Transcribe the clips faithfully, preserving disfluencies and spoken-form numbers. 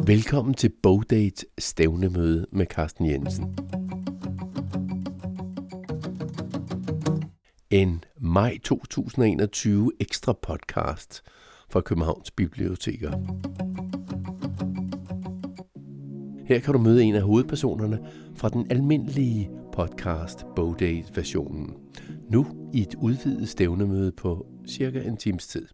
Velkommen til Bogdate stævnemøde med Carsten Jensen. En maj to tusind og enogtyve ekstra podcast fra Københavns Biblioteker. Her kan du møde en af hovedpersonerne fra den almindelige podcast Bogdate-versionen. Nu i et udvidet stævnemøde på cirka en times tid.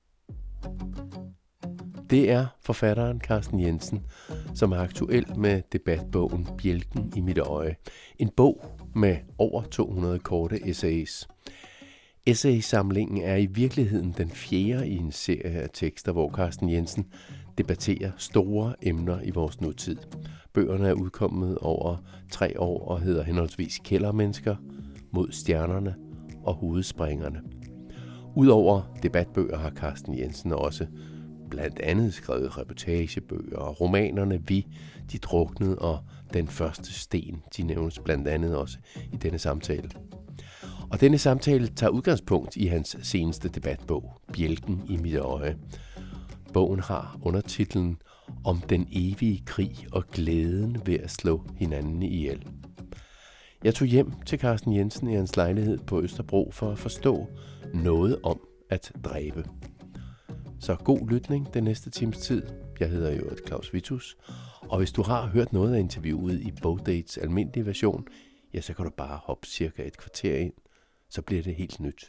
Det er forfatteren Carsten Jensen, som er aktuel med debatbogen Bjælken i mit øje. En bog med over to hundrede korte essays. Essaysamlingen er i virkeligheden den fjerde i en serie af tekster, hvor Carsten Jensen debatterer store emner i vores nutid. Bøgerne er udkommet over tre år og hedder henholdsvis Kældermennesker, Mod stjernerne og Hovedspringerne. Udover debatbøger har Carsten Jensen også blandt andet skrevet reportagebøger og romanerne Vi, De druknede og Den første sten. De nævnes blandt andet også i denne samtale. Og denne samtale tager udgangspunkt i hans seneste debatbog, Bjælken i mit øje. Bogen har undertitlen Om den evige krig og glæden ved at slå hinanden ihjel. Jeg tog hjem til Carsten Jensen i hans lejlighed på Østerbro for at forstå noget om at dræbe. Så god lytning den næste times tid. Jeg hedder jo Claus Vitus, og hvis du har hørt noget af interviewet i Bogdates almindelige version, ja, så kan du bare hoppe cirka et kvarter ind, så bliver det helt nyt.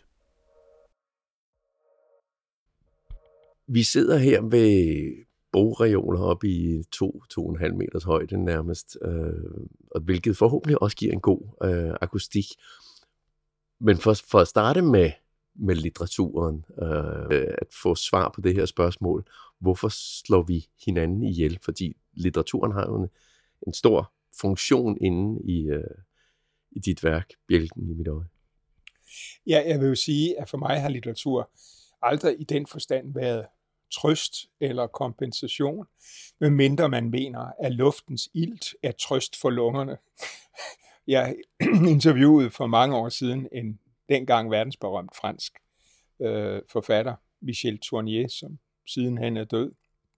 Vi sidder her ved bogreoler op i to til to komma fem meters højde nærmest, øh, og hvilket forhåbentlig også giver en god øh, akustik. Men for, for at starte med med litteraturen, øh, at få svar på det her spørgsmål. Hvorfor slår vi hinanden ihjel? Fordi litteraturen har jo en, en stor funktion inde i, øh, i dit værk, Bjælken i mit øje. Ja, jeg vil jo sige, at for mig har litteratur aldrig i den forstand været trøst eller kompensation, medmindre man mener, at luftens ilt er trøst for lungerne. Jeg interviewede for mange år siden en dengang verdensberømt fransk øh, forfatter, Michel Tournier, som siden han er død.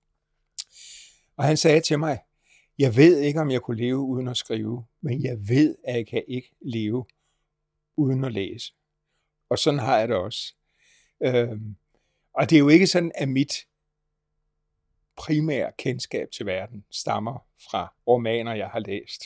Og han sagde til mig, jeg ved ikke, om jeg kunne leve uden at skrive, men jeg ved, at jeg kan ikke leve uden at læse. Og sådan har jeg det også. Øh, og det er jo ikke sådan, at mit primære kendskab til verden stammer fra romaner, jeg har læst.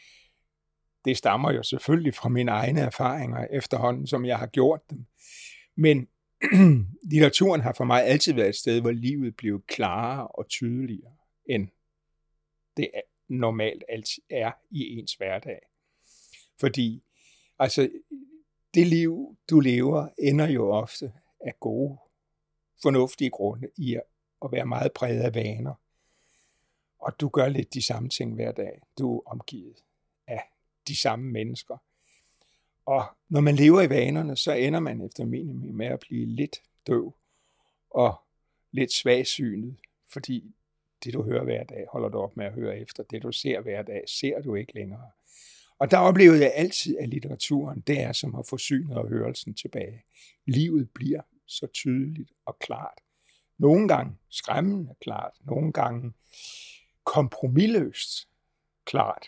Det stammer jo selvfølgelig fra mine egne erfaringer efterhånden, som jeg har gjort dem. Men litteraturen har for mig altid været et sted, hvor livet blev klarere og tydeligere, end det normalt altid er i ens hverdag. Fordi altså, det liv, du lever, ender jo ofte af gode, fornuftige grunde i at være meget præget af vaner. Og du gør lidt de samme ting hver dag. Du er omgivet af de samme mennesker. Og når man lever i vanerne, så ender man efter minimum med at blive lidt døv og lidt svagsynet, fordi det du hører hver dag, holder du op med at høre efter. Det du ser hver dag, ser du ikke længere. Og der oplevede jeg altid, at litteraturen, det er som at få synet og hørelsen tilbage. Livet bliver så tydeligt og klart. Nogle gange skræmmende klart, nogle gange kompromisløst klart.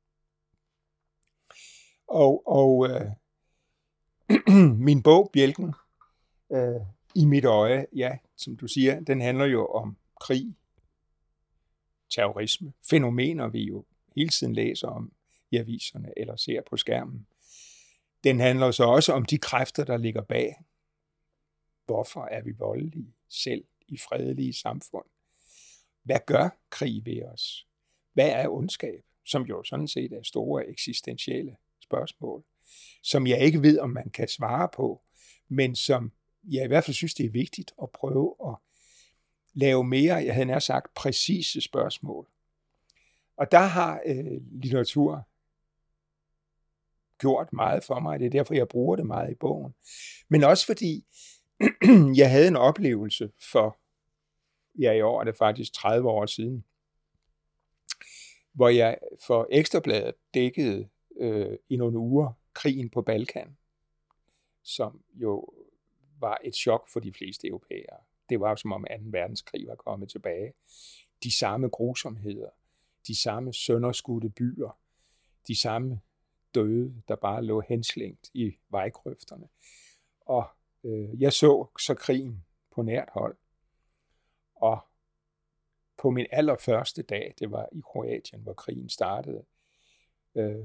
Og, og øh, min bog, Bjælken øh, i mit øje, ja, som du siger, den handler jo om krig, terrorisme, fænomener, vi jo hele tiden læser om i aviserne eller ser på skærmen. Den handler så også om de kræfter, der ligger bag. Hvorfor er vi voldelige selv i fredelige samfund? Hvad gør krig ved os? Hvad er ondskab, som jo sådan set er store eksistentielle spørgsmål, som jeg ikke ved, om man kan svare på, men som jeg i hvert fald synes, det er vigtigt at prøve at lave mere, jeg havde nær sagt, præcise spørgsmål. Og der har øh, litteratur gjort meget for mig, det er derfor, jeg bruger det meget i bogen. Men også fordi, jeg havde en oplevelse for, ja i år er det faktisk tredive år siden, hvor jeg for Ekstrabladet dækkede øh, i nogle uger krigen på Balkan, som jo var et chok for de fleste europæere. Det var jo som om anden verdenskrig var kommet tilbage. de samme grusomheder, de samme sønderskudte byer, de samme døde, der bare lå henslængt i vejgrøfterne. Og øh, jeg så så krigen på nært hold. Og på min allerførste dag, det var i Kroatien, hvor krigen startede, øh,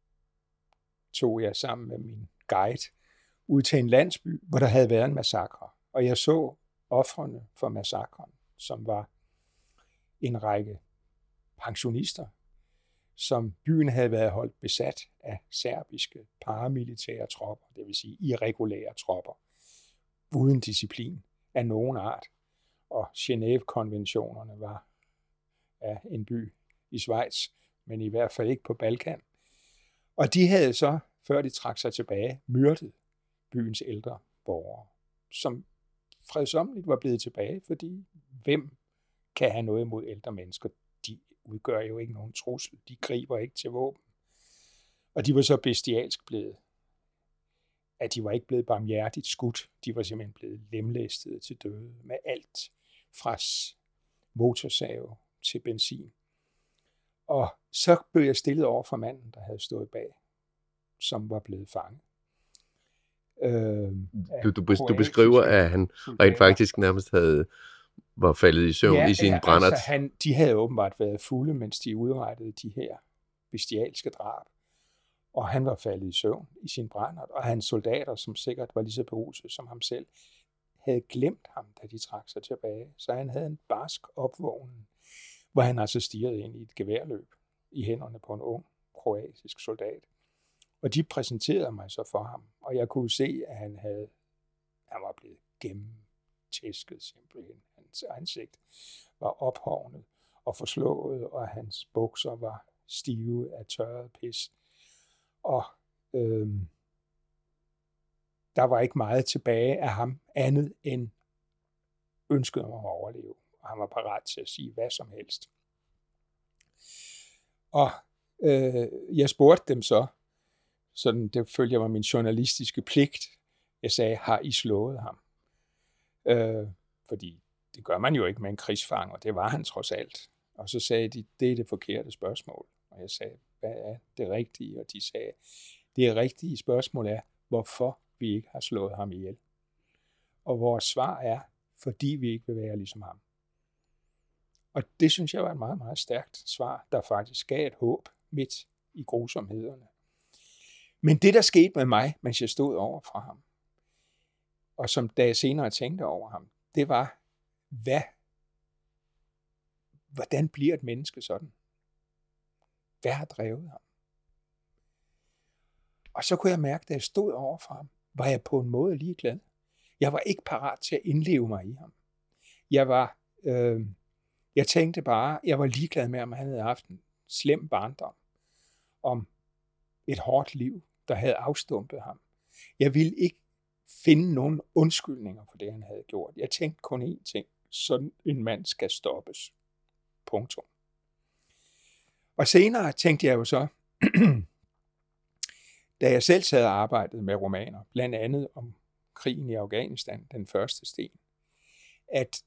tog jeg sammen med min guide ud til en landsby, hvor der havde været en massakre. Og jeg så ofrene for massakren, som var en række pensionister, som byen havde været holdt besat af serbiske paramilitære tropper, det vil sige irregulære tropper, uden disciplin af nogen art. Og Genève-konventionerne var af en by i Schweiz, men i hvert fald ikke på Balkan. Og de havde så, før de trak sig tilbage, myrdet byens ældre borgere, som fredsomligt var blevet tilbage, fordi hvem kan have noget imod ældre mennesker? De udgør jo ikke nogen trussel. De griber ikke til våben. Og de var så bestialsk blevet, at de var ikke blevet barmhjertigt skudt. De var simpelthen blevet lemlæstet til døde med alt fra motorsave til benzin. Og så blev jeg stillet over for manden, der havde stået bag, som var blevet fanget. Øh, du, du, du beskriver, at han rent faktisk nærmest havde var faldet i søvn ja, i sin ja, brændert. Altså han, de havde åbenbart været fulde, mens de udrettede de her bestialske drab. Og han var faldet i søvn i sin brændert, og hans soldater, som sikkert var lige så beruset som ham selv, havde glemt ham, da de trak sig tilbage. Så han havde en barsk opvågning, hvor han altså stirrede ind i et geværløb i hænderne på en ung kroatisk soldat. Og de præsenterede mig så for ham, og jeg kunne se, at han havde, han var blevet gennemtæsket simpelthen. Hans ansigt var ophovnet og forslået, og hans bukser var stive af tørret pis. Og øhm, der var ikke meget tilbage af ham andet end ønsket om at overleve. Og han var parat til at sige hvad som helst. Og øh, jeg spurgte dem så, sådan det følger mig min journalistiske pligt. Jeg sagde, har I slået ham? Øh, fordi det gør man jo ikke med en krigsfanger, det var han trods alt. Og så sagde de, det er det forkerte spørgsmål. Og jeg sagde, hvad er det rigtige? Og de sagde, det rigtige spørgsmål er, hvorfor vi ikke har slået ham ihjel. Og vores svar er, fordi vi ikke vil være ligesom ham. Og det synes jeg var et meget, meget stærkt svar, der faktisk gav et håb midt i grusomhederne. Men det, der skete med mig, mens jeg stod over for ham, og som da jeg senere tænkte over ham, det var, hvad, hvordan bliver et menneske sådan? Hvad har drevet ham? Og så kunne jeg mærke, da jeg stod over for ham, var jeg på en måde ligeglad. Jeg var ikke parat til at indleve mig i ham. Jeg var, øh, jeg tænkte bare, jeg var ligeglad med, om han havde haft en slem barndom, om et hårdt liv, der havde afstumpet ham. Jeg ville ikke finde nogen undskyldninger for det, han havde gjort. Jeg tænkte kun én ting. Sådan en mand skal stoppes. Punktum. Og senere tænkte jeg jo så, da jeg selv sad og arbejdede med romaner, blandt andet om krigen i Afghanistan, den første sten, at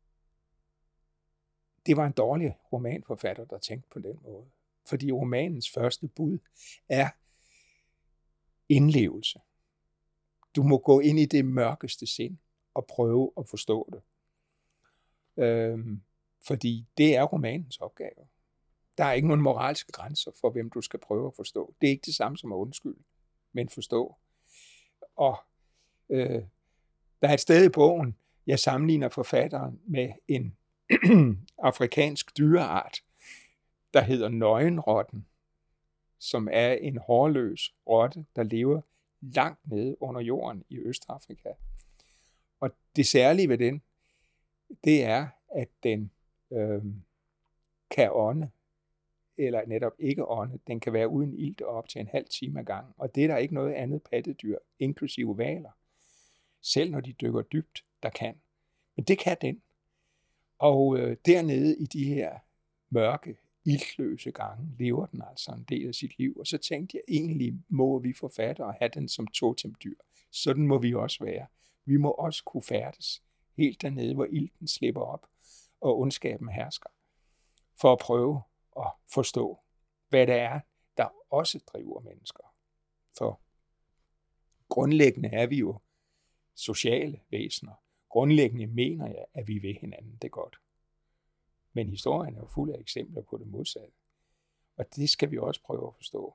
det var en dårlig romanforfatter, der tænkte på den måde. Fordi romanens første bud er indlevelse. Du må gå ind i det mørkeste sind og prøve at forstå det. Øhm, fordi det er romanens opgave. Der er ikke nogen moralske grænser for, hvem du skal prøve at forstå. Det er ikke det samme som at undskylde, men forstå. Og øh, der er et sted i bogen, jeg sammenligner forfatteren med en afrikansk dyreart, der hedder nøgenrotten, som er en hårløs rotte, der lever langt nede under jorden i Østafrika. Og det særlige ved den, det er, at den øh, kan ånde, eller netop ikke ånde. Den kan være uden ilt op til en halv time ad gangen. Og det er der ikke noget andet pattedyr, inklusive hvaler, selv når de dykker dybt, der kan. Men det kan den. Og øh, dernede i de her mørke, iltløse gange, lever den altså en del af sit liv. Og så tænkte jeg, egentlig må vi forfattere have den som totemdyr. Sådan må vi også være. Vi må også kunne færdes helt dernede, hvor ilten slipper op, og ondskaben hersker. for at prøve at forstå, hvad det er, der også driver mennesker. For grundlæggende er vi jo sociale væsener. Grundlæggende mener jeg, at vi vil hinanden det godt. Men historien er jo fuld af eksempler på det modsatte. Og det skal vi også prøve at forstå.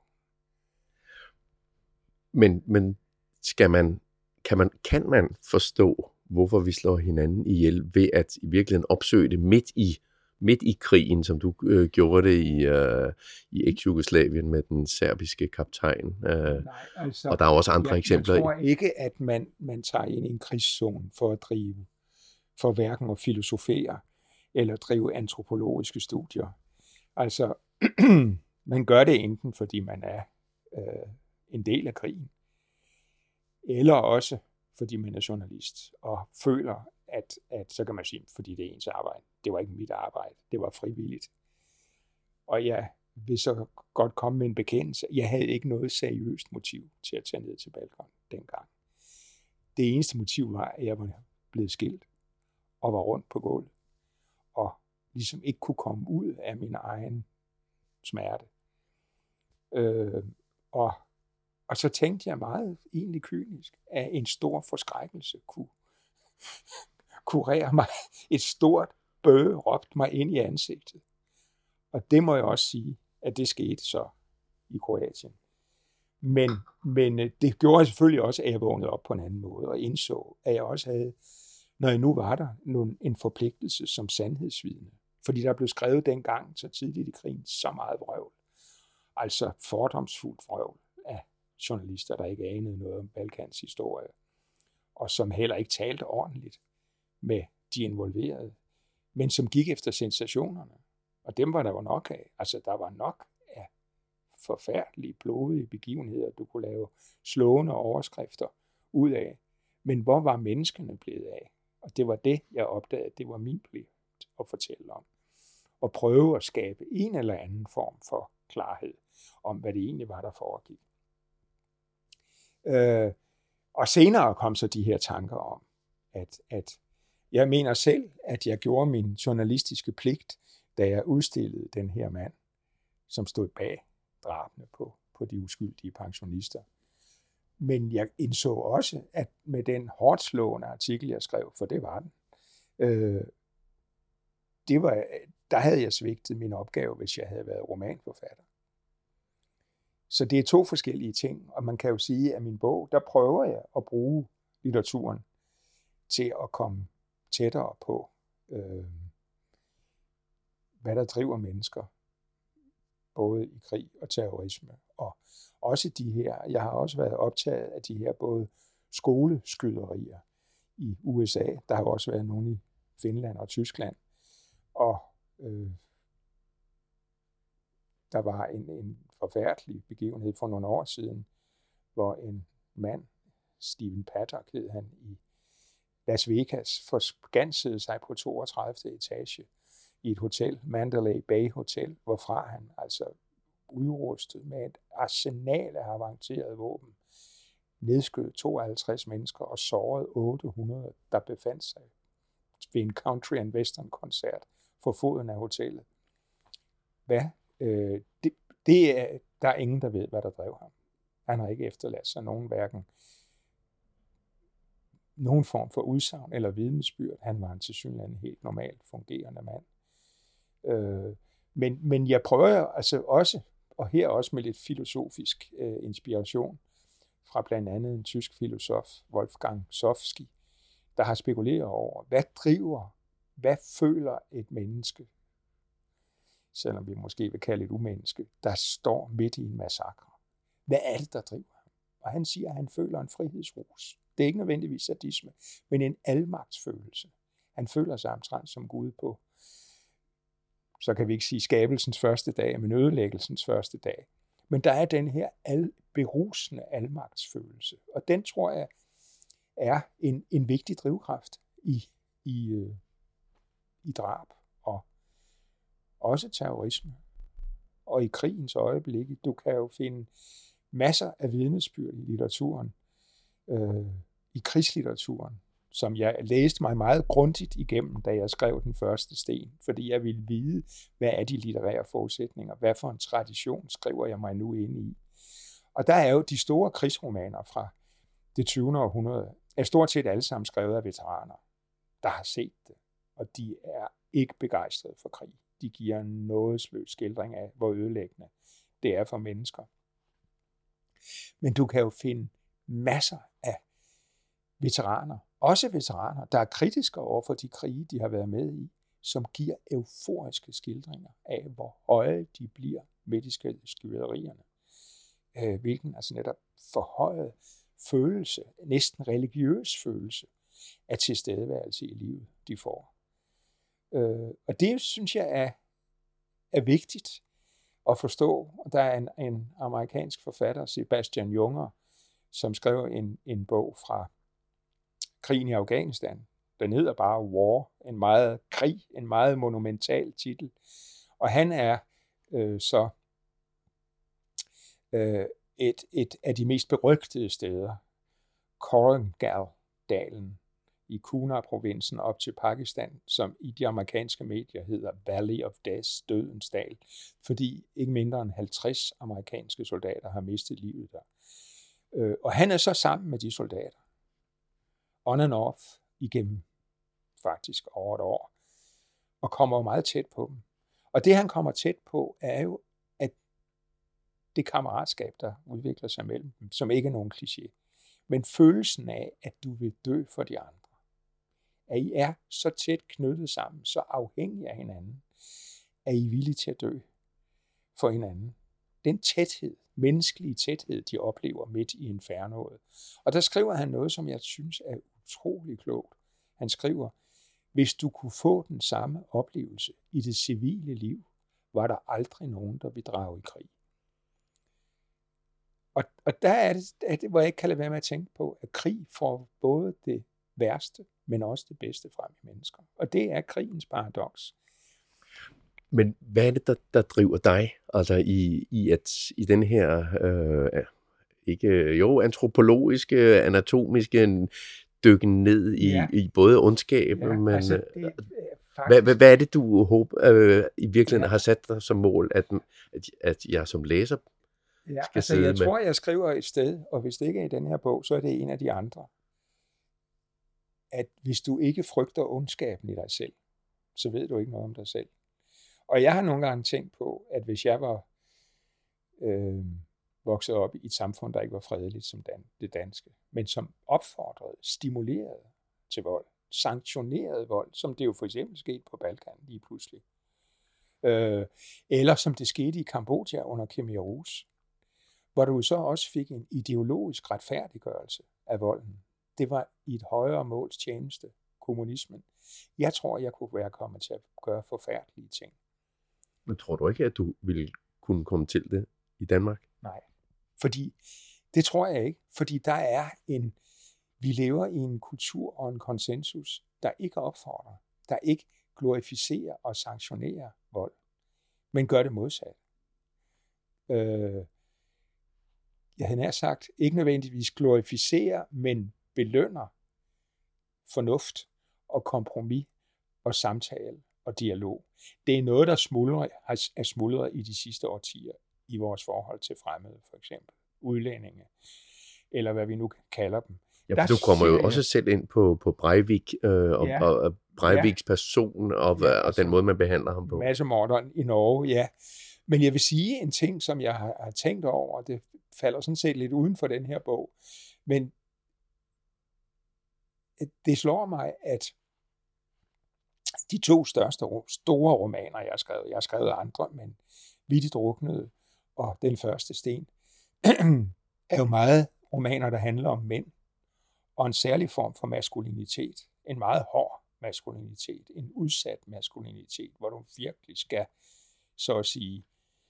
Men, men skal man, kan, man, kan man forstå, hvorfor vi slår hinanden ihjel, ved at i virkeligheden opsøge det midt i, midt i krigen, som du øh, gjorde det i, øh, i eks-Jugoslavien med den serbiske kaptajn? Øh, Nej, altså, og der er også andre jeg, eksempler. Jeg tror ikke, at man, man tager ind i en krigszone for at drive, for hverken at filosofere eller drive antropologiske studier. Altså, man gør det enten, fordi man er øh, en del af krigen, eller også fordi man er journalist og føler, at, at så kan man sige, fordi det er ens arbejde. Det var ikke mit arbejde, det var frivilligt. Og jeg vil så godt komme med en bekendelse. Jeg havde ikke noget seriøst motiv til at tage ned til Balkan dengang. Det eneste motiv var, at jeg var blevet skilt og var rundt på gulvet og ligesom ikke kunne komme ud af min egen smerte. Øh, og, og så tænkte jeg meget egentlig kynisk, at en stor forskrækkelse kunne kurere mig. Et stort bøge råbte mig ind i ansigtet. Og det må jeg også sige, at det skete så i Kroatien. Men, men det gjorde selvfølgelig også, at jeg vågnede op på en anden måde og indså, at jeg også havde, når jeg nu var der, en forpligtelse som sandhedsvidne. Fordi der blev skrevet dengang, så tidligt i krigen, så meget vrøvl. Altså fordomsfuldt vrøvl af journalister, der ikke anede noget om Balkans historie, og som heller ikke talte ordentligt med de involverede, men som gik efter sensationerne. Og dem var der jo nok af. Altså, der var nok af forfærdelige, blodige begivenheder, du kunne lave slående overskrifter ud af. Men hvor var menneskene blevet af? Og det var det, jeg opdagede. Det var min pligt at fortælle om. Og prøve at skabe en eller anden form for klarhed om, hvad det egentlig var, der foregik. Øh, og senere kom så de her tanker om, at, at jeg mener selv, at jeg gjorde min journalistiske pligt, da jeg udstillede den her mand, som stod bag drabene på, på de uskyldige pensionister. Men jeg indså også, at med den hårdt slående artikel, jeg skrev, for det var den, øh, det var, der havde jeg svigtet min opgave, hvis jeg havde været romanforfatter. Så det er to forskellige ting, og man kan jo sige, at min bog, der prøver jeg at bruge litteraturen til at komme tættere på, øh, hvad der driver mennesker, både i krig og terrorisme. Og også de her, jeg har også været optaget af de her både skoleskyderier i U S A, der har også været nogle i Finland og Tyskland, og øh, der var en, en forfærdelig begivenhed for nogle år siden, hvor en mand, Stephen Paddock hed han, i Las Vegas forskansede sig på toogtredivte etage i et hotel, Mandalay Bay Hotel, hvorfra han altså udrustet med et arsenal af avancerede våben, nedskød tooghalvtreds mennesker og sårede otte hundrede, der befandt sig ved en country and western koncert for foden af hotellet. Hvad? Øh, det, det er, der er ingen, der ved, hvad der drev ham. Han har ikke efterladt sig nogen hverken nogen form for udsagn eller vidnesbyrd. Han var en tilsyneladende helt normalt fungerende mand. Øh, men, men jeg prøver altså også, og her også med lidt filosofisk øh, inspiration, fra blandt andet en tysk filosof, Wolfgang Sofsky, der har spekuleret over, hvad driver, hvad føler et menneske, selvom vi måske vil kalde et umenneske, der står midt i en massakre. Hvad er det, der driver ham? Og han siger, at han føler en frihedsrus. Det er ikke nødvendigvis sadisme, men en almagtsfølelse. Han føler sig omtrent som Gud på, så kan vi ikke sige skabelsens første dag, men ødelæggelsens første dag. Men der er den her al, berusende almagtsfølelse, og den tror jeg er en, en vigtig drivkraft i, i, øh, i drab og også terrorisme. Og i krigens øjeblik, du kan jo finde masser af vidnesbyrd i litteraturen, øh, i krigslitteraturen, som jeg læste mig meget grundigt igennem, da jeg skrev den første sten, fordi jeg ville vide, hvad er de litterære forudsætninger, hvad for en tradition skriver jeg mig nu ind i. Og der er jo de store krigsromaner fra det tyvende århundrede, er stort set alle sammen skrevet af veteraner, der har set det, og de er ikke begejstrede for krig. De giver en nådesløs skildring af, hvor ødelæggende det er for mennesker. Men du kan jo finde masser af veteraner, også veteraner, der er kritiske over for de krige, de har været med i, som giver euforiske skildringer af, hvor høje de bliver midt i skyderierne. Hvilken altså netop forhøjet følelse, næsten religiøs følelse af tilstedeværelse i livet, de får. Og det synes jeg er, er vigtigt at forstå. Der er en, en amerikansk forfatter, Sebastian Junger, som skrev en, en bog fra krigen i Afghanistan. Den hedder bare War, en meget krig, en meget monumental titel. Og han er øh, så øh, et, et af de mest berygtede steder, Korangal-dalen i Kunar-provinsen op til Pakistan, som i de amerikanske medier hedder Valley of Death, dødens dal, fordi ikke mindre end halvtreds amerikanske soldater har mistet livet der. Øh, og han er så sammen med de soldater, on and off, igennem faktisk over et år, og kommer jo meget tæt på dem. Og det, han kommer tæt på, er jo, at det kammeratskab, der udvikler sig mellem dem, som ikke er nogen kliché, men følelsen af, at du vil dø for de andre. At I er så tæt knyttet sammen, så afhængige af hinanden, at I er villige til at dø for hinanden. Den tæthed, menneskelige tæthed, de oplever midt i infernoet. Og der skriver han noget, som jeg synes er utrolig klogt. Han skriver, hvis du kunne få den samme oplevelse i det civile liv, var der aldrig nogen, der ville drage i krig. Og, og der er det, er det, hvor jeg ikke kan lade være med at tænke på, at krig får både det værste, men også det bedste frem i mennesker. Og det er krigens paradoks. Men hvad er det, der, der driver dig, altså i, i, at, i den her, øh, ikke jo, antropologiske, anatomiske dykke ned i, ja. i både ondskab, ja, men altså, det, øh, faktisk... hvad, hvad, hvad er det, du håber, øh, i virkeligheden ja. har sat dig som mål, at, at, at jeg som læser ja, skal altså, sidde jeg med? tror, jeg skriver et sted, og hvis det ikke er i den her bog, så er det en af de andre, at hvis du ikke frygter ondskaben i dig selv, så ved du ikke noget om dig selv. Og jeg har nogle gange tænkt på, at hvis jeg var øh, vokset op i et samfund, der ikke var fredeligt som dan- det danske, men som opfordrede, stimulerede til vold, sanktionerede vold, som det jo for eksempel skete på Balkan lige pludselig, øh, eller som det skete i Kambodja under Khmer Rouge, hvor du så også fik en ideologisk retfærdiggørelse af volden. Det var i et højere måls tjeneste, kommunismen. Jeg tror, jeg kunne være kommet til at gøre forfærdelige ting. Men tror du ikke, at du ville kunne komme til det i Danmark? Nej, fordi det tror jeg ikke. Fordi der er en, vi lever i en kultur og en konsensus, der ikke opfordrer, der ikke glorificerer og sanktionerer vold, men gør det modsat. Øh, jeg havde nær sagt, ikke nødvendigvis glorificerer, men belønner fornuft og kompromis og samtale og dialog. Det er noget, der smuldrer, er smuldret i de sidste årtier i vores forhold til fremmede, for eksempel udlændinge, eller hvad vi nu kalder dem. Ja, for du kommer jo også selv ind på, på Breivik øh, og, ja, og, og Breiviks ja, person og, ja, og den måde, man behandler ham på. Massemorderen i Norge, ja. Men jeg vil sige en ting, som jeg har, har tænkt over, det falder sådan set lidt uden for den her bog, men det slår mig, at de to største store romaner, jeg har skrevet, jeg har skrevet andre, men Vittigt druknede og Den første sten, er jo meget romaner, der handler om mænd, og en særlig form for maskulinitet, en meget hård maskulinitet, en udsat maskulinitet, hvor du virkelig skal, så at sige,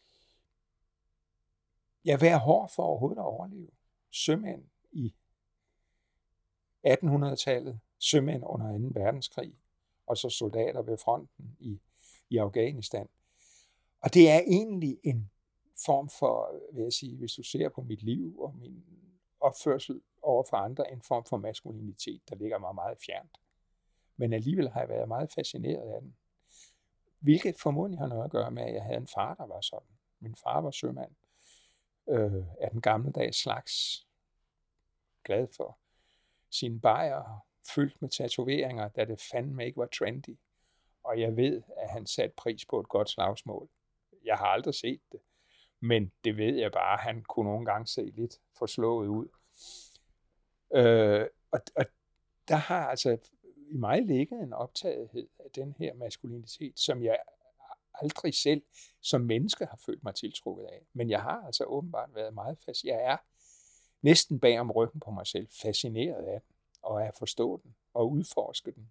ja, være hård for overhovedet at overleve. Sømænd i attenhundredetallet, sømænd under anden verdenskrig, og så soldater ved fronten i, i Afghanistan. Og det er egentlig en form for, vil jeg sige, hvis du ser på mit liv og min opførsel over for andre en form for maskulinitet, der ligger mig meget fjernt. Men alligevel har jeg været meget fascineret af den. Hvilket formodentlig har noget at gøre med, at jeg havde en far, der var sådan. Min far var sømand øh, af den gammeldags slags. Glad for sine bajer, fyldt med tatoveringer, da det fandme ikke var trendy. Og jeg ved, at han satte pris på et godt slagsmål. Jeg har aldrig set det, men det ved jeg bare, han kunne nogle gange se lidt forslået ud. Øh, og, og der har altså i mig ligget en optagethed af den her maskulinitet, som jeg aldrig selv som menneske har følt mig tiltrukket af. Men jeg har altså åbenbart været meget fascineret. Jeg er næsten bag om ryggen på mig selv, fascineret af den, og af at forstå den, og udforske den.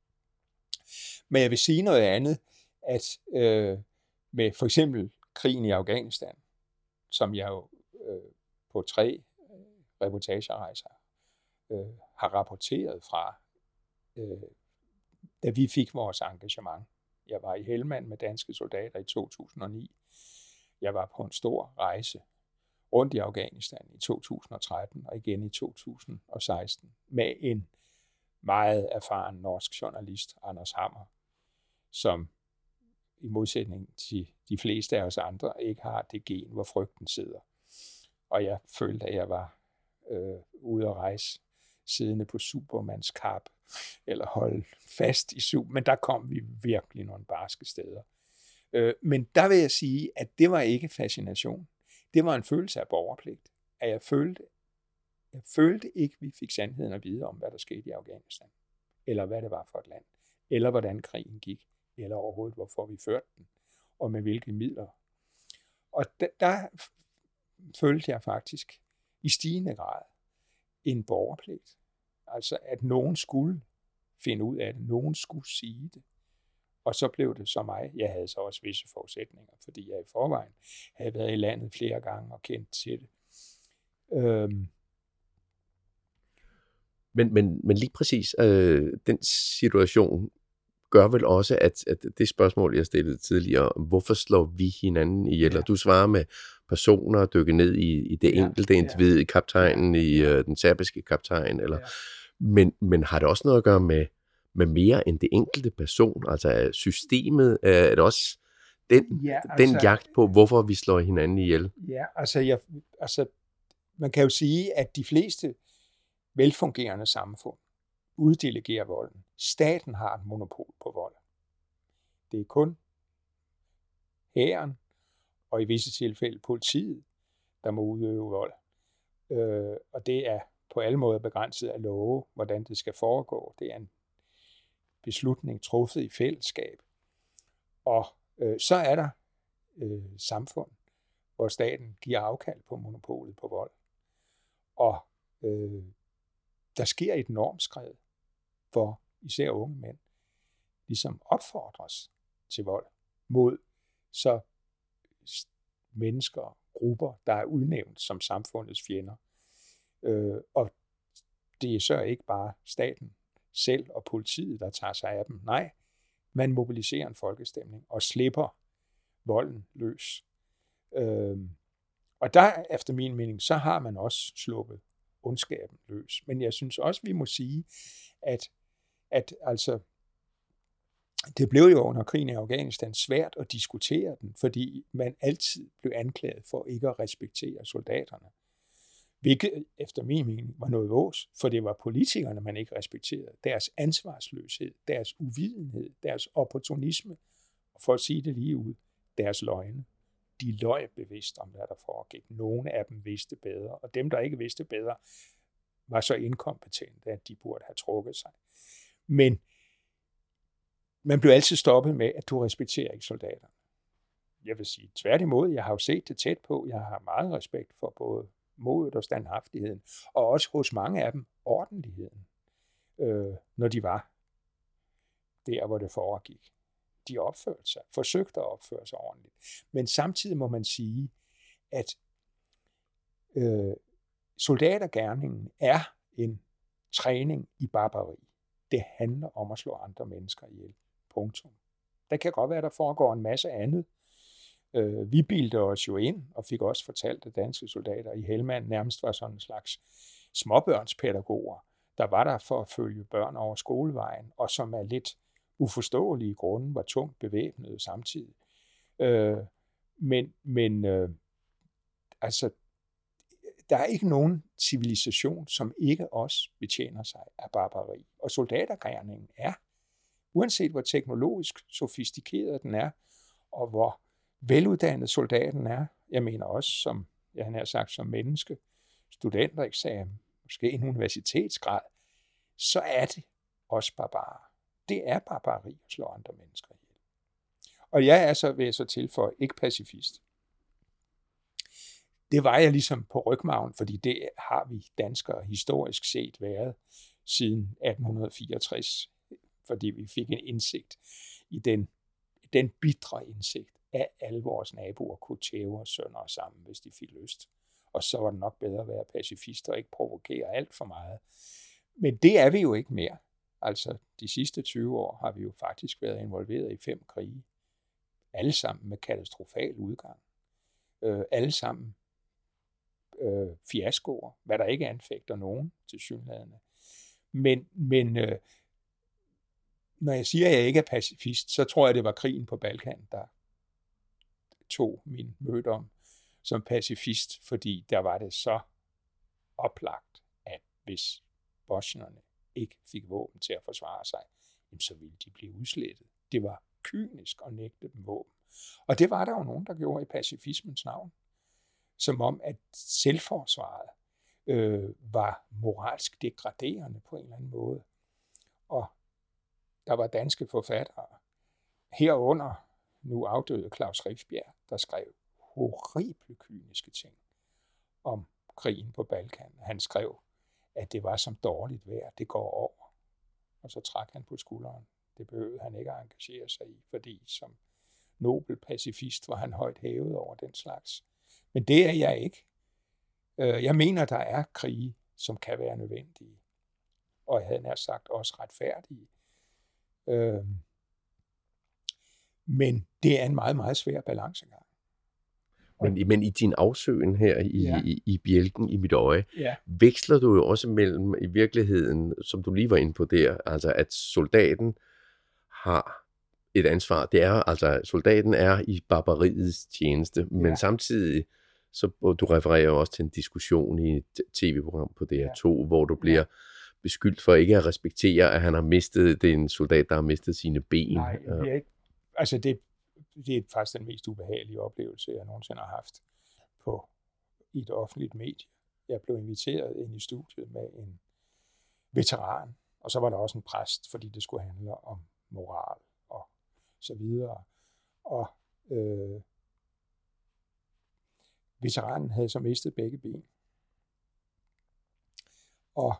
Men jeg vil sige noget andet, at øh, med for eksempel krigen i Afghanistan, som jeg jo øh, på tre øh, reportagerejser øh, har rapporteret fra, øh, da vi fik vores engagement. Jeg var i Helmand med danske soldater i to tusind og ni. Jeg var på en stor rejse rundt i Afghanistan i to tusind og tretten og igen i to tusind og seksten med en meget erfaren norsk journalist, Anders Hammer, som i modsætning til de fleste af os andre ikke har det gen, hvor frygten sidder. Og jeg følte, at jeg var øh, ude at rejse siddende på Supermans kap, eller holde fast i Super, men der kom vi virkelig nogle barske steder. Øh, men der vil jeg sige, at det var ikke fascination. Det var en følelse af borgerpligt. At jeg følte, jeg følte ikke, at vi fik sandheden at vide om, hvad der skete i Afghanistan. Eller hvad det var for et land. Eller hvordan krigen gik. Eller overhovedet, hvorfor vi førte den. Og med hvilke midler. Og der, der følte jeg faktisk i stigende grad en borgerpligt. Altså, at nogen skulle finde ud af det. Nogen skulle sige det. Og så blev det så mig. Jeg havde så også visse forudsætninger, fordi jeg i forvejen havde været i landet flere gange og kendt til det. Øhm. Men, men, men lige præcis øh, den situation gør vel også, at, at det spørgsmål, jeg stillede tidligere, hvorfor slår vi hinanden ihjel? Ja. Og du svarer med personer, dykke ned i, i det ja, enkelte individ, ja. kaptajnen, i ja. øh, den serbiske kaptajn, eller... Ja. Men, men har det også noget at gøre med, med mere end det enkelte person? Altså systemet, er det også den, ja, altså, den jagt på, hvorfor vi slår hinanden ihjel? Ja, altså, jeg, altså man kan jo sige, at de fleste velfungerende samfund uddelegerer volden. Staten har et monopol på vold. Det er kun hæren og i visse tilfælde politiet, der må udøve vold. Øh, og det er på alle måder begrænset af love, hvordan det skal foregå. Det er en beslutning truffet i fællesskab. Og øh, så er der øh, samfund, hvor staten giver afkald på monopolet på vold. Og øh, der sker et normskred, hvor især unge mænd ligesom opfordres til vold mod så mennesker, grupper, der er udnævnt som samfundets fjender. Øh, og det er så ikke bare staten selv og politiet, der tager sig af dem. Nej, man mobiliserer en folkestemning og slipper volden løs. Øh, og der, efter min mening, så har man også sluppet ondskaben løs. Men jeg synes også, vi må sige, at, at altså, det blev jo under krigen i Afghanistan svært at diskutere den, fordi man altid blev anklaget for ikke at respektere soldaterne. Hvilket efter min mening var noget vås, for det var politikerne, man ikke respekterede. Deres ansvarsløshed, deres uvidenhed, deres opportunisme, og for at sige det lige ud, deres løgne. De løj bevidst om, hvad der foregik. Nogle af dem vidste bedre, og dem, der ikke vidste bedre, var så inkompetente, at de burde have trukket sig. Men man blev altid stoppet med, at du respekterer ikke soldaterne. Jeg vil sige tværtimod, jeg har jo set det tæt på. Jeg har meget respekt for både modet og standhaftigheden, og også hos mange af dem ordentligheden, øh, når de var der, hvor det foregik. De opførte sig, forsøgte at opføre sig ordentligt. Men samtidig må man sige, at øh, soldatergerningen er en træning i barbari. Det handler om at slå andre mennesker ihjel. Punktum. Der kan godt være, der foregår en masse andet. Øh, vi bildte os jo ind, og fik også fortalt, at danske soldater i Helmand nærmest var sådan en slags småbørnspædagoger, der var der for at følge børn over skolevejen, og som af lidt uforståelige grunde var tungt bevæbnede samtidig. Øh, men men øh, altså, der er ikke nogen civilisation, som ikke også betjener sig af barbari. Og soldatergerningen er, uanset hvor teknologisk sofistikeret den er, og hvor veluddannet soldaten er, jeg mener også som, jeg har sagt, som menneske, studentereksamen, måske en universitetsgrad, så er det også barbarer. Det er barbari at slå andre mennesker ihjel. Og jeg er så, vil jeg så tilføje, ikke pacifist. Det var jeg ligesom på rygmarven, fordi det har vi danskere historisk set været siden atten fireogtres, fordi vi fik en indsigt i den, den bitre indsigt, at alle vores naboer kunne tæve os sønder og sammen, hvis de fik lyst. Og så var det nok bedre at være pacifist og ikke provokere alt for meget. Men det er vi jo ikke mere. Altså, de sidste tyve år har vi jo faktisk været involveret i fem krige. Alle sammen med katastrofal udgang. Øh, alle sammen øh, fiaskoer, hvad der ikke anfægter nogen tilsyneladende. Men, men øh, når jeg siger, at jeg ikke er pacifist, så tror jeg, det var krigen på Balkan, der tog min møde om som pacifist, fordi der var det så oplagt, at hvis bosnierne ikke fik våben til at forsvare sig, så ville de blive udslettet. Det var kynisk at nægte dem våben. Og det var der jo nogen, der gjorde i pacifismens navn. Som om, at selvforsvaret øh, var moralsk degraderende på en eller anden måde. Og der var danske forfattere, herunder nu afdøde Claus Riffbjerg, der skrev horrible kyniske ting om krigen på Balkan. Han skrev, at det var som dårligt vejr, det går over. Og så trak han på skulderen. Det behøvede han ikke at engagere sig i, fordi som nobel pacifist var han højt hævet over den slags. Men det er jeg ikke. Jeg mener, der er krige, som kan være nødvendige. Og jeg havde nær sagt også retfærdige. Men det er en meget, meget svær balancegang. Men, men i din afsøgen her i, ja. i, i bjælken i mit øje, ja. veksler du jo også mellem i virkeligheden, som du lige var inde på der, altså at soldaten har et ansvar. Det er altså, soldaten er i barbariets tjeneste, ja. Men samtidig, så du refererer jo også til en diskussion i et tv-program på D R to, ja. Hvor du bliver ja. beskyldt for ikke at respektere, at han har mistet, det er en soldat, der har mistet sine ben. Nej, det er ikke, altså det Det er faktisk den mest ubehagelige oplevelse, jeg nogensinde har haft på i et offentligt medie. Jeg blev inviteret ind i studiet med en veteran, og så var der også en præst, fordi det skulle handle om moral og så videre. Og øh, veteranen havde så mistet begge ben. Og,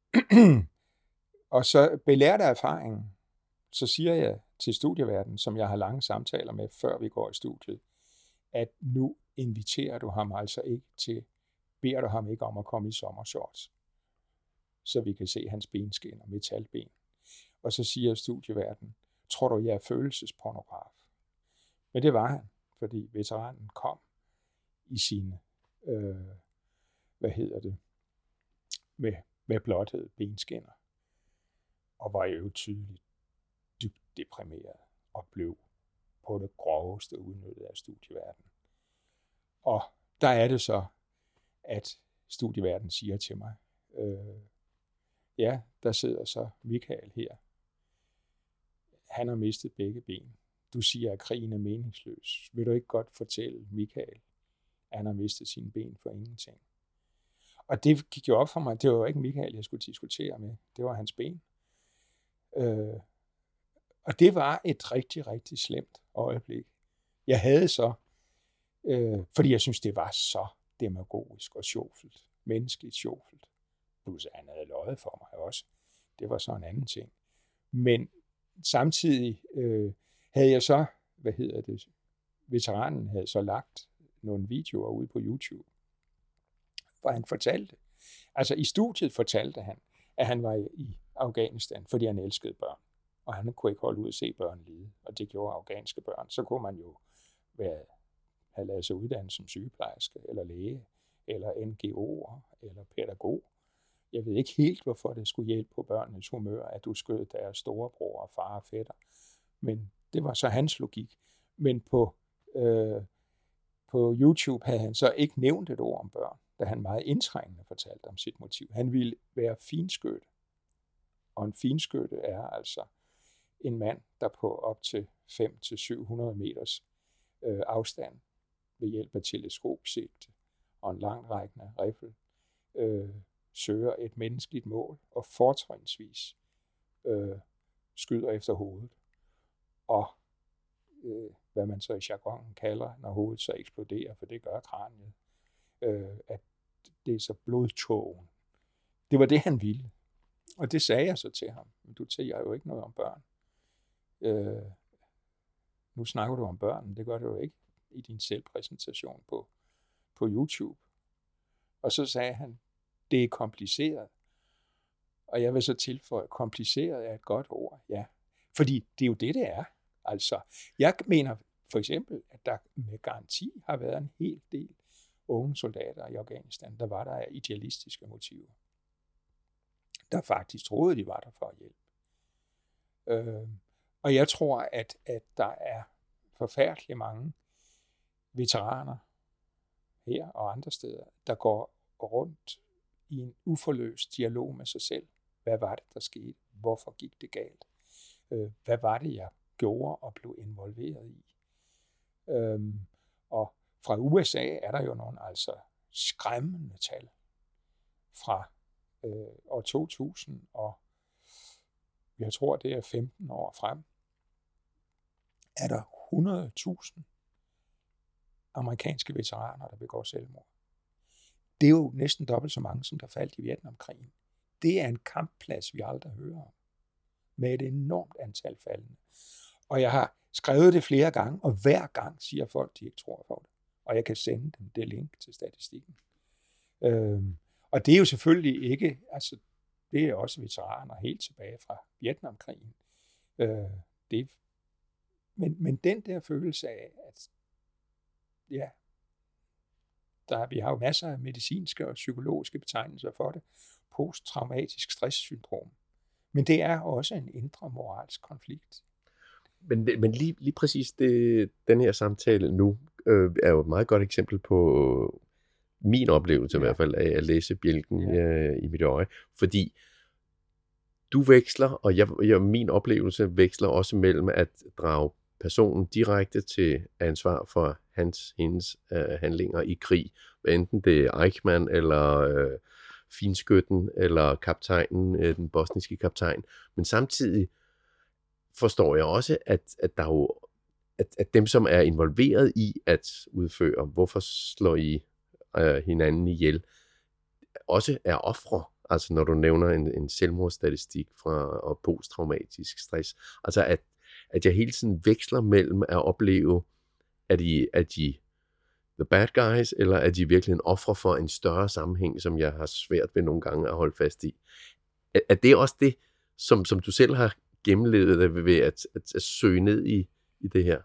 og så belært af erfaringen, så siger jeg til studieverdenen, som jeg har lange samtaler med, før vi går i studiet, at nu inviterer du ham altså ikke til, beder du ham ikke om at komme i sommershorts, så vi kan se hans benskin og metalben. Og så siger studieverdenen, tror du, jeg er følelsespornograf? Men det var han, fordi veteranen kom i sine, øh, hvad hedder det, med, med blottede benskinner, og var jo tydeligt dybt deprimeret og blev på det groveste udnyttet af studieverdenen. Og der er det så, at studieverdenen siger til mig, øh, ja, der sidder så Michael her. Han har mistet begge ben. Du siger, at krigen er meningsløs. Vil du ikke godt fortælle Michael, at han har mistet sine ben for ingenting? Og det gik jo op for mig. Det var jo ikke Michael, jeg skulle diskutere med. Det var hans ben. Øh, Og det var et rigtig, rigtig slemt øjeblik. Jeg havde så, øh, fordi jeg synes, det var så demagogisk og sjovfuldt, menneskeligt sjovfuldt. Plus han havde løjet for mig også. Det var så en anden ting. Men samtidig øh, havde jeg så, hvad hedder det, veteranen havde så lagt nogle videoer ud på YouTube, hvor han fortalte, altså i studiet fortalte han, at han var i Afghanistan, fordi han elskede børn. Og han kunne ikke holde ud at se børn lide, og det gjorde afghanske børn. Så kunne man jo være, have lavet sig uddannet som sygeplejerske, eller læge, eller N G O'er, eller pædagog. Jeg ved ikke helt, hvorfor det skulle hjælpe på børnenes humør, at du skød deres storebror og far og fætter. Men det var så hans logik. Men på, øh, på YouTube havde han så ikke nævnt et ord om børn, da han meget indtrængende fortalte om sit motiv. Han ville være finskytte. Og en finskytte er altså en mand, der på op til fem til syv hundrede meters øh, afstand ved hjælp af teleskopsigte og en langrækkende riffel øh, søger et menneskeligt mål og fortrinsvis øh, skyder efter hovedet. Og øh, hvad man så i jargonen kalder, når hovedet så eksploderer, for det gør kraniet, øh, at det er så blodtågen. Det var det, han ville. Og det sagde jeg så til ham. Men du siger jo ikke noget om børn. Øh, nu snakker du om børn, det gør du jo ikke i din selvpræsentation på, på YouTube. Og så sagde han, det er kompliceret. Og jeg vil så tilføje, kompliceret er et godt ord, ja. Fordi det er jo det, det er. Altså, jeg mener for eksempel, at der med garanti har været en hel del unge soldater i Afghanistan, der var der af idealistiske motiver. Der faktisk troede, de var der for at hjælpe. Øh, og jeg tror, at, at der er forfærdeligt mange veteraner her og andre steder, der går rundt i en uforløst dialog med sig selv. Hvad var det, der skete? Hvorfor gik det galt? Øh, hvad var det, jeg gjorde og blev involveret i? Øh, og fra U S A er der jo nogle altså skræmmende tal fra øh, år to tusind, og jeg tror, det er femten år frem, er der hundrede tusind amerikanske veteraner, der begår selvmord. Det er jo næsten dobbelt så mange, som der faldt i Vietnamkrigen. Det er en kampplads, vi aldrig hører om, med et enormt antal faldende. Og jeg har skrevet det flere gange, og hver gang siger folk, de ikke tror på det. Og jeg kan sende dem det link til statistikken. Øhm, og det er jo selvfølgelig ikke, altså det er også veteraner helt tilbage fra Vietnamkrigen. Øh, det, men, men den der følelse af, at ja, der, vi har jo masser af medicinske og psykologiske betegnelser for det, posttraumatisk stresssyndrom. Men det er også en indre moralsk konflikt. Men, men lige, lige præcis det, den her samtale nu øh, er jo et meget godt eksempel på min oplevelse, ja. I hvert fald af at læse Bjælken ja. øh, i mit øje. Fordi du veksler, og jeg, jeg, min oplevelse veksler også mellem at drage personen direkte til ansvar for hans, hendes øh, handlinger i krig. Enten det er Eichmann, eller øh, finskytten, eller kaptajnen, øh, den bosniske kaptajn. Men samtidig forstår jeg også, at, at der jo, at, at dem, som er involveret i at udføre, hvorfor slår I øh, hinanden ihjel, også er ofre. Altså når du nævner en, en selvmordsstatistik fra og posttraumatisk stress. Altså at, at jeg hele tiden veksler mellem at opleve, at de, at de the bad guys, eller er de virkelig en offer for en større sammenhæng, som jeg har svært ved nogle gange at holde fast i. Er, er det også det, som, som du selv har gennemlevet ved at, at, at søge ned i, i det her?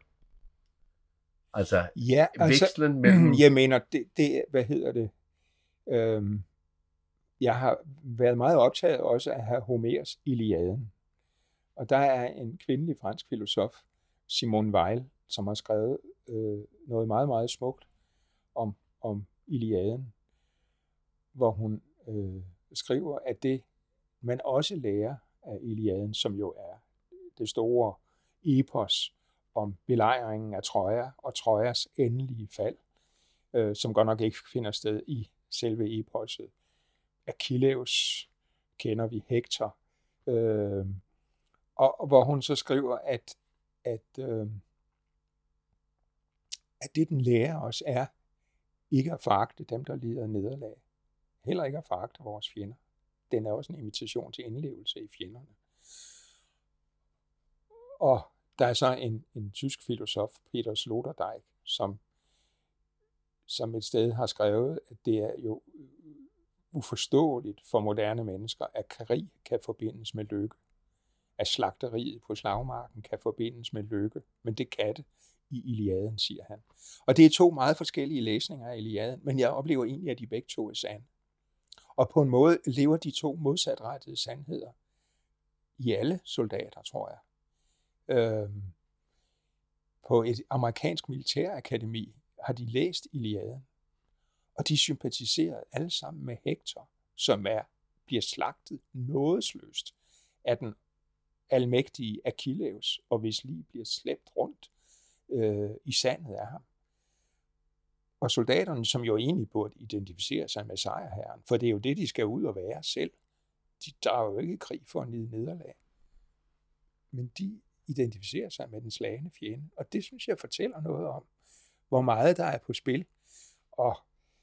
Altså, ja, altså vekslen mellem... Jeg mener, det, det hvad hedder det? Øhm, jeg har været meget optaget også af at have Homers Iliaden. Og der er en kvindelig fransk filosof, Simone Weil, som har skrevet øh, noget meget, meget smukt om, om Iliaden, hvor hun øh, skriver, at det, man også lærer af Iliaden, som jo er det store epos om belejringen af Troja og Trojas endelige fald, øh, som godt nok ikke finder sted i selve eposet. Achilleus kender vi, Hektor, øh, og, og hvor hun så skriver, at, at, øh, at det, den lærer os, er ikke at foragte dem, der lider nederlag. Heller ikke at foragte vores fjender. Den er også en invitation til indlevelse i fjenderne. Og der er så en, en tysk filosof, Peter Sloterdijk, som, som et sted har skrevet, at det er jo uforståeligt for moderne mennesker, at krig kan forbindes med lykke. At slagteriet på slagmarken kan forbindes med lykke, men det kan det i Iliaden, siger han. Og det er to meget forskellige læsninger af Iliaden, men jeg oplever egentlig, at de begge to er sande. Og på en måde lever de to modsatrettede sandheder i alle soldater, tror jeg. Øhm, på et amerikansk militærakademi har de læst Iliaden, og de sympatiserede alle sammen med Hektor, som er, bliver slagtet nådesløst af den almægtige Achilleus, og hvis lig bliver slæbt rundt øh, i sandet af ham. Og soldaterne, som jo egentlig burde identificere sig med sejrherren, for det er jo det, de skal ud og være selv. De drager jo ikke i krig for at lide nederlag. Men de identificerer sig med den slagne fjende, og det synes jeg fortæller noget om, hvor meget der er på spil. Og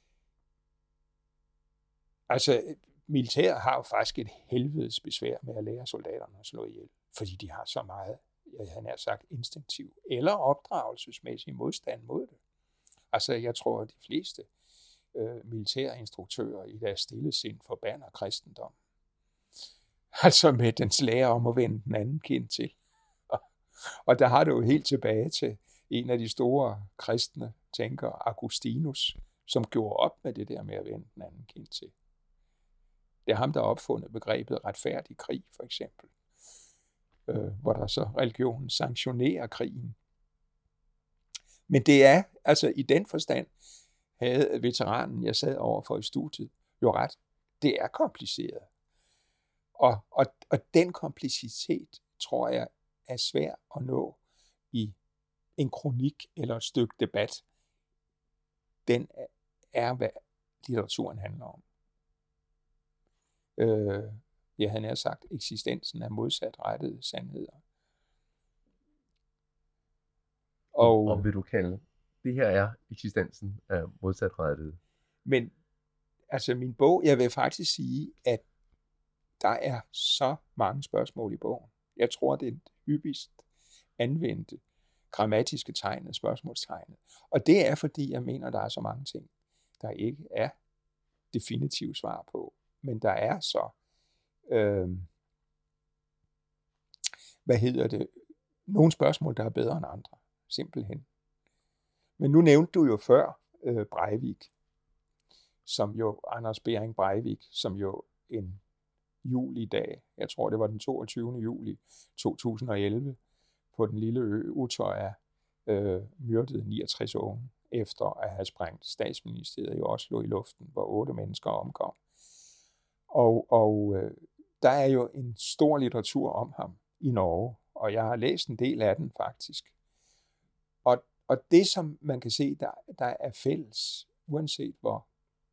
altså, militæret har jo faktisk et helvedes besvær med at lære soldaterne at slå ihjel, fordi de har så meget, jeg havde nær sagt, instinktiv eller opdragelsesmæssig modstand mod det. Altså, jeg tror, at de fleste øh, militære instruktører i deres stille sind forbander kristendom. Altså med dens lære om at vende den anden kind til. Og, og der har det jo helt tilbage til en af de store kristne tænkere, Augustinus, som gjorde op med det der med at vende den anden kind til. Det er ham, der har opfundet begrebet retfærdig krig, for eksempel. Øh, hvor der så religionen sanktionerer krigen. Men det er, altså i den forstand, havde veteranen, jeg sad over for i studiet, jo ret. Det er kompliceret. Og, og, og den komplicitet, tror jeg, er svær at nå i en kronik eller et stykke debat. Den er, hvad litteraturen handler om. Øh, jeg havde nær sagt, eksistensen af modsatrettede sandheder. Og, og vil du kalde, det her er eksistensen af modsatrettede? Men altså min bog, jeg vil faktisk sige, at der er så mange spørgsmål i bogen. Jeg tror, det er det hyppigst anvendte grammatiske tegnet, spørgsmålstegnet. Og det er, fordi jeg mener, der er så mange ting, der ikke er definitive svar på. Men der er så, øh, hvad hedder det, nogle spørgsmål, der er bedre end andre. Simpelthen. Men nu nævnte du jo før øh, Breivik, som jo, Anders Behring Breivik, som jo en julidag, jeg tror det var den toogtyvende juli to tusind og elleve, på den lille ø Utøya, øh, myrdede niogtres unge, efter at have sprængt statsministeriet i Oslo i luften, hvor otte mennesker omkom. Og, og øh, der er jo en stor litteratur om ham i Norge, og jeg har læst en del af den faktisk. Og, og det, som man kan se, der, der er fælles, uanset hvor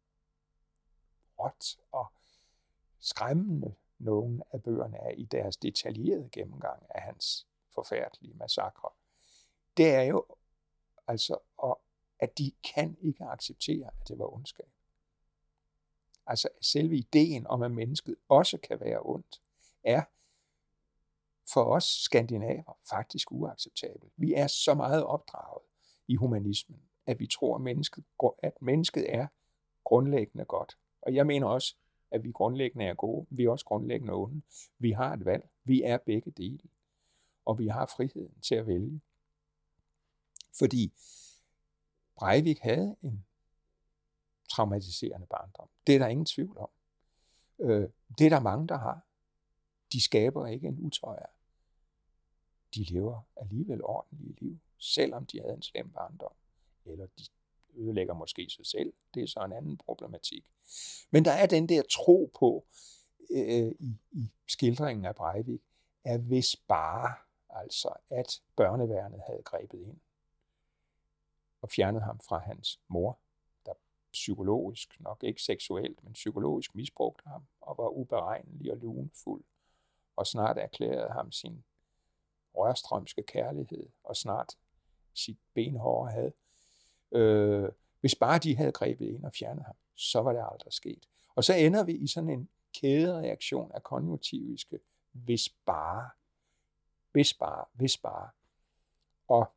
råt og skræmmende nogle af bøgerne er i deres detaljerede gennemgang af hans forfærdelige massakre, det er jo altså, at de kan ikke acceptere, at det var ondskab. Altså selve ideen om, at mennesket også kan være ondt, er for os skandinaver faktisk uacceptabel. Vi er så meget opdraget i humanismen, at vi tror, at mennesket, at mennesket er grundlæggende godt. Og jeg mener også, at vi grundlæggende er gode. Vi er også grundlæggende onde. Vi har et valg. Vi er begge dele. Og vi har friheden til at vælge. Fordi Breivik havde en traumatiserende barndom. Det er der ingen tvivl om. Det er der mange, der har. De skaber ikke en Utøya. De lever alligevel ordentlige liv, selvom de havde en slem barndom. Eller de ødelægger måske sig selv. Det er så en anden problematik. Men der er den der tro på øh, i, i skildringen af Breivik, at hvis bare altså, at børneværnet havde grebet ind og fjernet ham fra hans mor, der psykologisk, nok ikke seksuelt, men psykologisk misbrugte ham og var uberegnelig og lunefuld, og snart erklærede ham sin rørstrømske kærlighed, og snart sit benhårde had. Øh, hvis bare de havde grebet ind og fjernet ham, så var det aldrig sket. Og så ender vi i sådan en kædereaktion af konjunktiviske, hvis bare, hvis bare, hvis bare. Og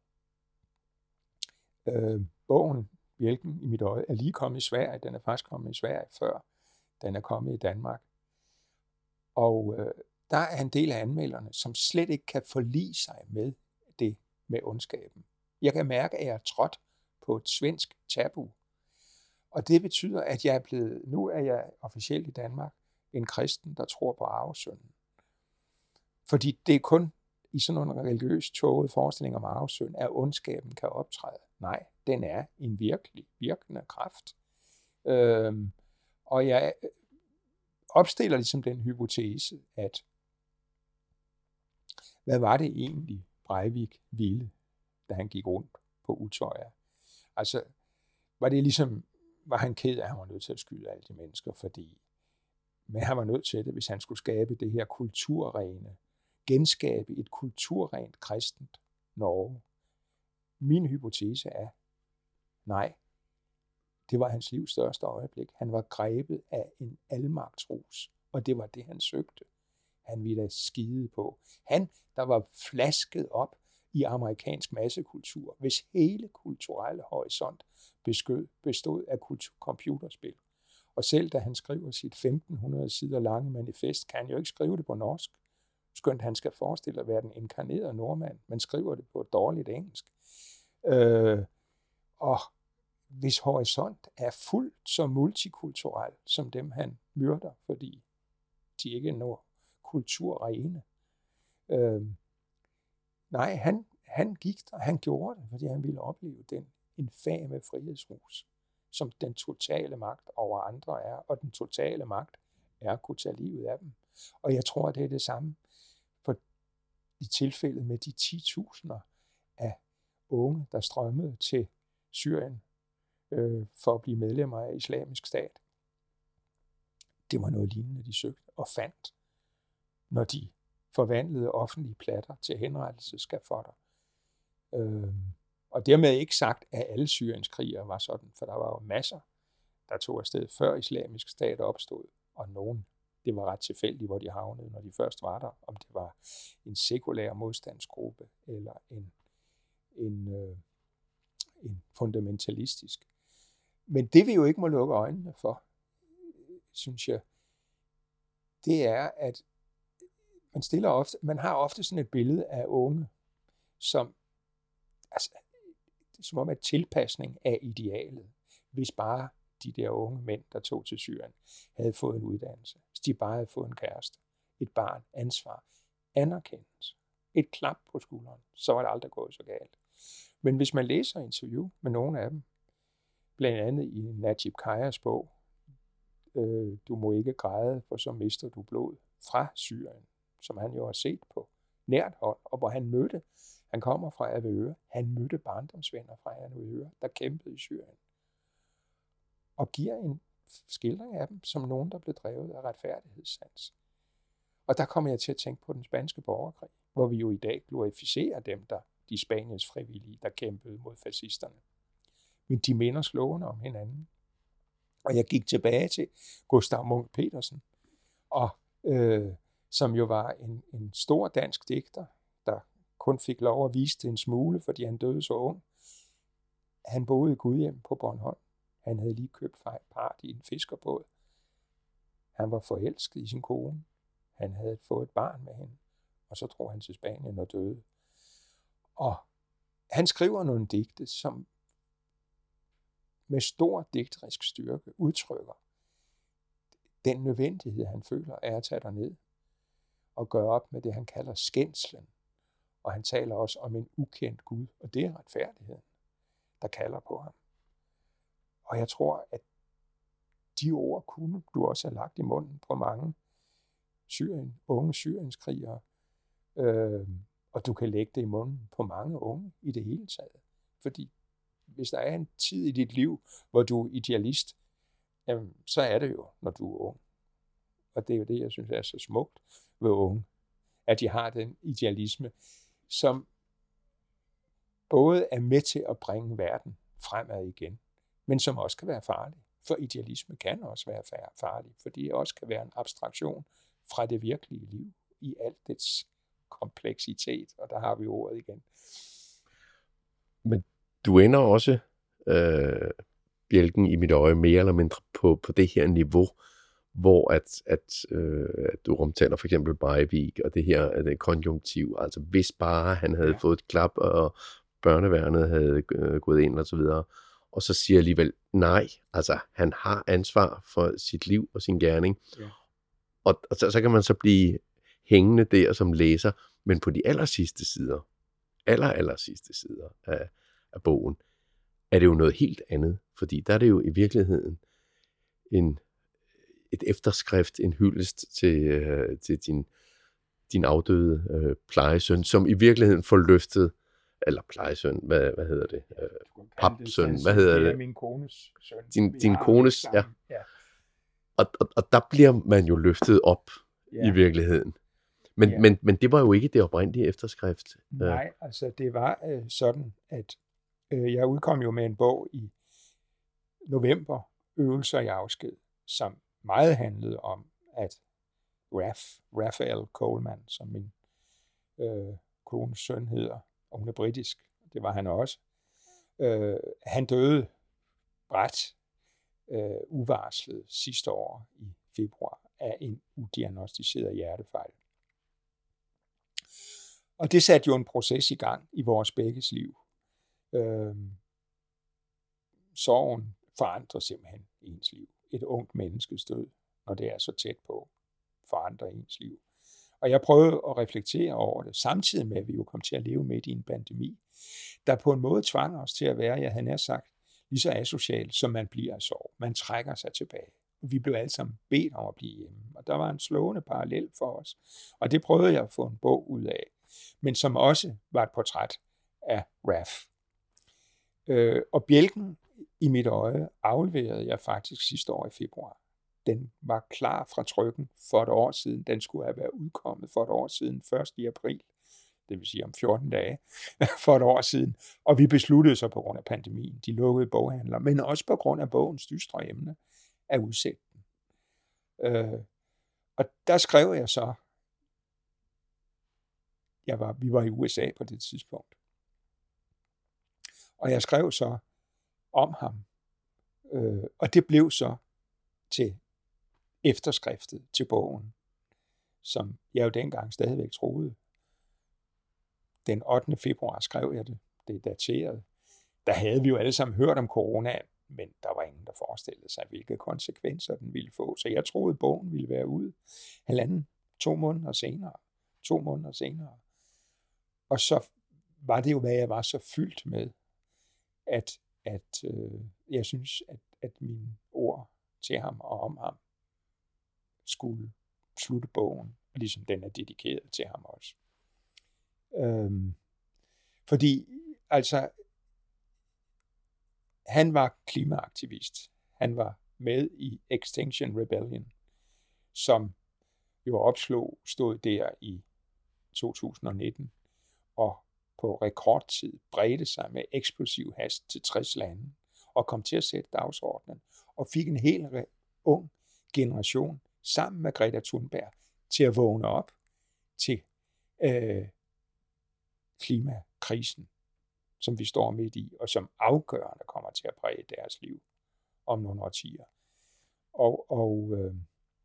øh, bogen, Bjælken i mit øje, er lige kommet i Sverige. Den er faktisk kommet i Sverige før den er kommet i Danmark. Og øh, der er en del af anmelderne, som slet ikke kan forlige sig med det med ondskaben. Jeg kan mærke, at jeg er trådt på et svensk tabu. Og det betyder, at jeg er blevet, nu er jeg officielt i Danmark, en kristen, der tror på arvesynden. Fordi det er kun i sådan nogle religiøst tåget forestillinger om arvesynd, at ondskaben kan optræde. Nej, den er en virkelig virkende kraft. Øhm, og jeg opstiller ligesom den hypotese, at hvad var det egentlig, Breivik ville, da han gik rundt på Utøya? Altså, var det ligesom, var han ked af, at han var nødt til at skyde alle de mennesker, fordi men han var nødt til det, hvis han skulle skabe det her kulturrene, genskabe et kulturrent kristent Norge. Min hypotese er, nej, det var hans livs største øjeblik. Han var grebet af en almagtsrus, og det var det, han søgte. Han ville da skide på. Han, der var flasket op i amerikansk massekultur, hvis hele kulturelle horisont beskød, bestod af kultur, computerspil. Og selv da han skriver sit femten hundrede sider lange manifest, kan han jo ikke skrive det på norsk. Skønt han skal forestille at være den inkarnerede nordmand, men skriver det på et dårligt engelsk. Øh, og hvis horisont er fuldt så multikulturel som dem, han myrder, fordi de ikke når kulturrene. Øh, nej, han, han gik der, han gjorde det, fordi han ville opleve den infame frihedsrus, som den totale magt over andre er, og den totale magt er at kunne tage livet af dem. Og jeg tror, det er det samme for i tilfældet med de ti tusinder af unge, der strømmede til Syrien øh, for at blive medlemmer af Islamisk Stat. Det var noget lignende, de søgte og fandt, når de forvandlede offentlige platter til henrettelsesskafotter. Øh, og dermed ikke sagt, at alle Syriens krigere var sådan, for der var jo masser, der tog afsted før Islamisk Stat opstod, og nogen, det var ret tilfældigt, hvor de havnede, når de først var der, om det var en sekulær modstandsgruppe eller en, en, øh, en fundamentalistisk. Men det vi jo ikke må lukke øjnene for, synes jeg, det er, at man, stiller ofte, man har ofte sådan et billede af unge, som, altså, som om en tilpasning af idealet, hvis bare de der unge mænd, der tog til Syrien, havde fået en uddannelse. Hvis de bare havde fået en kæreste, et barn, ansvar, anerkendelse, et klap på skulderen, så var det aldrig gået så galt. Men hvis man læser interview med nogle af dem, blandt andet i Najib Khajas bog, øh, Du må ikke græde, for så mister du blod, fra Syrien, som han jo har set på nært hold, og hvor han mødte, han kommer fra Avedøre, han mødte barndomsvenner fra Avedøre, der kæmpede i Syrien, og giver en skildring af dem som nogen, der blev drevet af retfærdighedssans. Og der kommer jeg til at tænke på den spanske borgerkrig, hvor vi jo i dag glorificerer dem, der de Spaniens frivillige, der kæmpede mod fascisterne. Men de minder slående om hinanden. Og jeg gik tilbage til Gustav Munch Petersen, og, øh, som jo var en, en stor dansk digter, der kun fik lov at vise til en smule, fordi han døde så ung. Han boede i Gudhjem på Bornholm. Han havde lige købt part i en fiskerbåd. Han var forelsket i sin kone. Han havde fået et barn med hende, og så drog han til Spanien og døde. Og han skriver nogle digte, som med stor digterisk styrke udtrykker den nødvendighed, han føler, er at tage derned og gøre op med det, han kalder skændslen. Og han taler også om en ukendt Gud, og det er retfærdigheden, der kalder på ham. Og jeg tror, at de ord kunne du også have lagt i munden på mange Syrien, unge syrienskrigere, øh, og du kan lægge det i munden på mange unge i det hele taget. Fordi hvis der er en tid i dit liv, hvor du er idealist, jamen, så er det jo, når du er ung. Og det er jo det, jeg synes er så smukt ved unge, at de har den idealisme, som både er med til at bringe verden fremad igen, men som også kan være farlig. For idealisme kan også være farlig, fordi det også kan være en abstraktion fra det virkelige liv i alt dets kompleksitet, og der har vi ordet igen. Men du ender også øh, bjælken i mit øje mere eller mindre på, på det her niveau, hvor at, at, øh, at du omtaler for eksempel Breivik og det her det konjunktiv, altså hvis bare han havde ja. fået et klap, og børneværnet havde øh, gået ind og så videre, og så siger alligevel nej. Altså, han har ansvar for sit liv og sin gerning. Ja. Og, og så, så kan man så blive hængende der som læser, men på de aller sidste sider, aller, aller sidste sider af, af bogen, er det jo noget helt andet, fordi der er det jo i virkeligheden en, et efterskrift, en hyldest til, øh, til din, din afdøde øh, plejesøn, som i virkeligheden får løftet, eller plejesøn, hvad, hvad hedder det? Øh, papsøn, hvad hedder det? Det er min kones søn. Din, din kones, ja. ja. Og, og, og der bliver man jo løftet op ja. i virkeligheden. Men, ja. men, men det var jo ikke det oprindelige efterskrift. Nej, altså det var øh, sådan, at øh, jeg udkom jo med en bog i november, Øvelser i afsked, som meget handlede om, at Raph, Raphael Coleman, som min øh, kones søn hedder, og hun er britisk, det var han også, øh, han døde brat, øh, uvarslet sidste år i februar af en udiagnostiseret hjertefejl. Og det satte jo en proces i gang i vores begges liv. Øh, sorgen forandrer simpelthen ens liv. Et ungt menneskes død, når det er så tæt på, forandrer ens liv. Og jeg prøvede at reflektere over det, samtidig med, at vi jo kom til at leve midt i en pandemi, der på en måde tvang os til at være, jeg havde nær sagt, lige så asocial, som man bliver af sorg. Man trækker sig tilbage. Vi blev alle sammen bedt om at blive hjemme. Og der var en slående parallel for os. Og det prøvede jeg at få en bog ud af. Men som også var et portræt af Raph. Øh, og bjælken i mit øje afleverede jeg faktisk sidste år i februar. Den var klar fra trykken for et år siden. Den skulle have været udkommet for et år siden, første i april. Det vil sige om fjorten dage, for et år siden. Og vi besluttede så på grund af pandemien, de lukkede boghandler, men også på grund af bogens dystre emne, at udsætte den. Øh, og der skrev jeg så, jeg var, vi var i U S A på det tidspunkt, og jeg skrev så om ham, øh, og det blev så til efterskriftet til bogen, som jeg jo dengang stadigvæk troede. Den ottende februar skrev jeg det. Det er dateret. Der havde vi jo alle sammen hørt om corona, men der var ingen, der forestillede sig, hvilke konsekvenser den ville få. Så jeg troede, bogen ville være ude halvanden, to måneder senere. To måneder senere. Og så var det jo, hvad jeg var så fyldt med, at, at øh, jeg synes, at, at mine ord til ham og om ham skulle slutte bogen, ligesom den er dedikeret til ham også. Øhm, fordi, altså, han var klimaaktivist. Han var med i Extinction Rebellion, som jo opslog, stod der i to tusind og nitten, og på rekordtid bredte sig med eksplosiv hast til tres lande, og kom til at sætte dagsordenen, og fik en helt ung generation, sammen med Greta Thunberg, til at vågne op til øh, klimakrisen, som vi står midt i, og som afgørende kommer til at præge deres liv om nogle årtier. Og, og øh,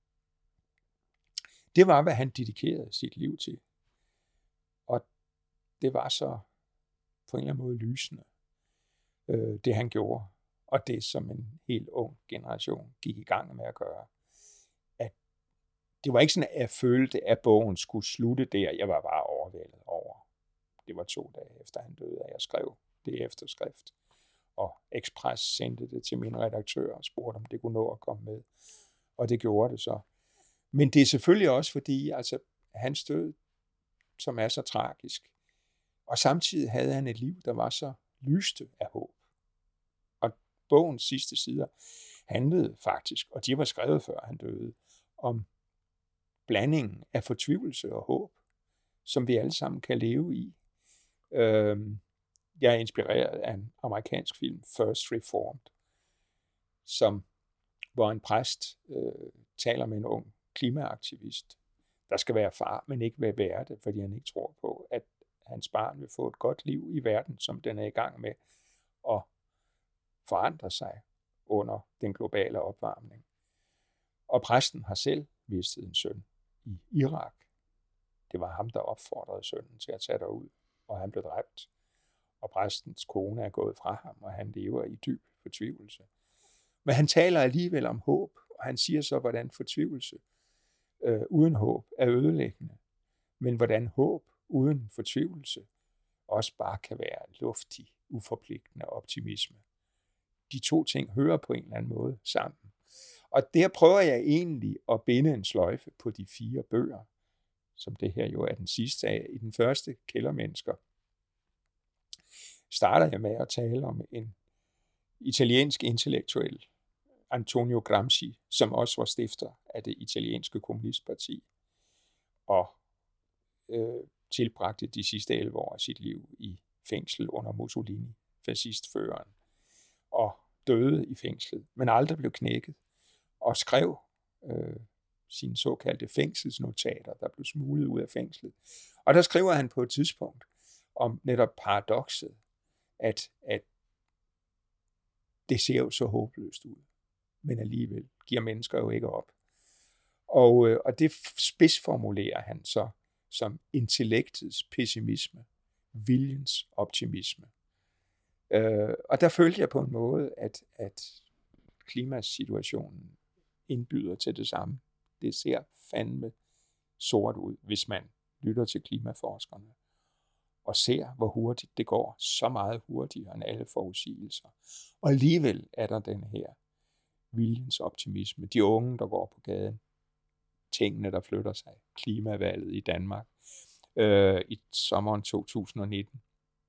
det var, hvad han dedikerede sit liv til. Og det var så på en eller anden måde lysende, øh, det han gjorde, og det som en helt ung generation gik i gang med at gøre. At det var ikke sådan, at jeg følte, at bogen skulle slutte der. Jeg var bare overvældet over. Det var to dage efter han døde, at jeg skrev det efterskrift. Og Express sendte det til min redaktør og spurgte, om det kunne nå at komme med. Og det gjorde det så. Men det er selvfølgelig også fordi, altså, hans død, som er så tragisk, og samtidig havde han et liv, der var så lyste af håb. Og bogens sidste sider handlede faktisk, og de var skrevet før han døde, om blandingen af fortvivlelse og håb, som vi alle sammen kan leve i. Jeg er inspireret af en amerikansk film, First Reformed, som, hvor en præst øh, taler med en ung klimaaktivist, der skal være far, men ikke vil være det, fordi han ikke tror på, at hans barn vil få et godt liv i verden, som den er i gang med at forandre sig under den globale opvarmning. Og præsten har selv mistet en søn i Irak. Det var ham, der opfordrede sønnen til at tage derud, og han blev dræbt. og præstens kone er gået fra ham, og han lever i dyb fortvivlelse. Men han taler alligevel om håb, og han siger så, hvordan fortvivlelse øh, uden håb er ødelæggende, men hvordan håb uden fortvivlelse også bare kan være luftig, uforpligtende optimisme. De to ting hører på en eller anden måde sammen. Og der prøver jeg egentlig at binde en sløjfe på de fire bøger, som det her jo er den sidste af. I den første, Kældermennesker, starter jeg med at tale om en italiensk intellektuel, Antonio Gramsci, som også var stifter af det italienske kommunistparti, og øh, tilbragte de sidste elleve år af sit liv i fængsel under Mussolini, fascistføreren, og døde i fængslet, men aldrig blev knækket, og skrev øh, sine såkaldte fængselsnotater, der blev smuglet ud af fængslet. Og der skriver han på et tidspunkt om netop paradokset, at, at det ser jo så håbløst ud, men alligevel giver mennesker jo ikke op. Og, øh, og det spidsformulerer han så som intellektets pessimisme, viljens optimisme. Øh, og der følte jeg på en måde, at, at klimasituationen indbyder til det samme. Det ser fandme sort ud, hvis man lytter til klimaforskerne og ser, hvor hurtigt det går, så meget hurtigere end alle forudsigelser. Og alligevel er der den her viljens optimisme. De unge, der går på gaden, tingene, der flytter sig, klimavalget i Danmark øh, i sommeren to tusind nitten.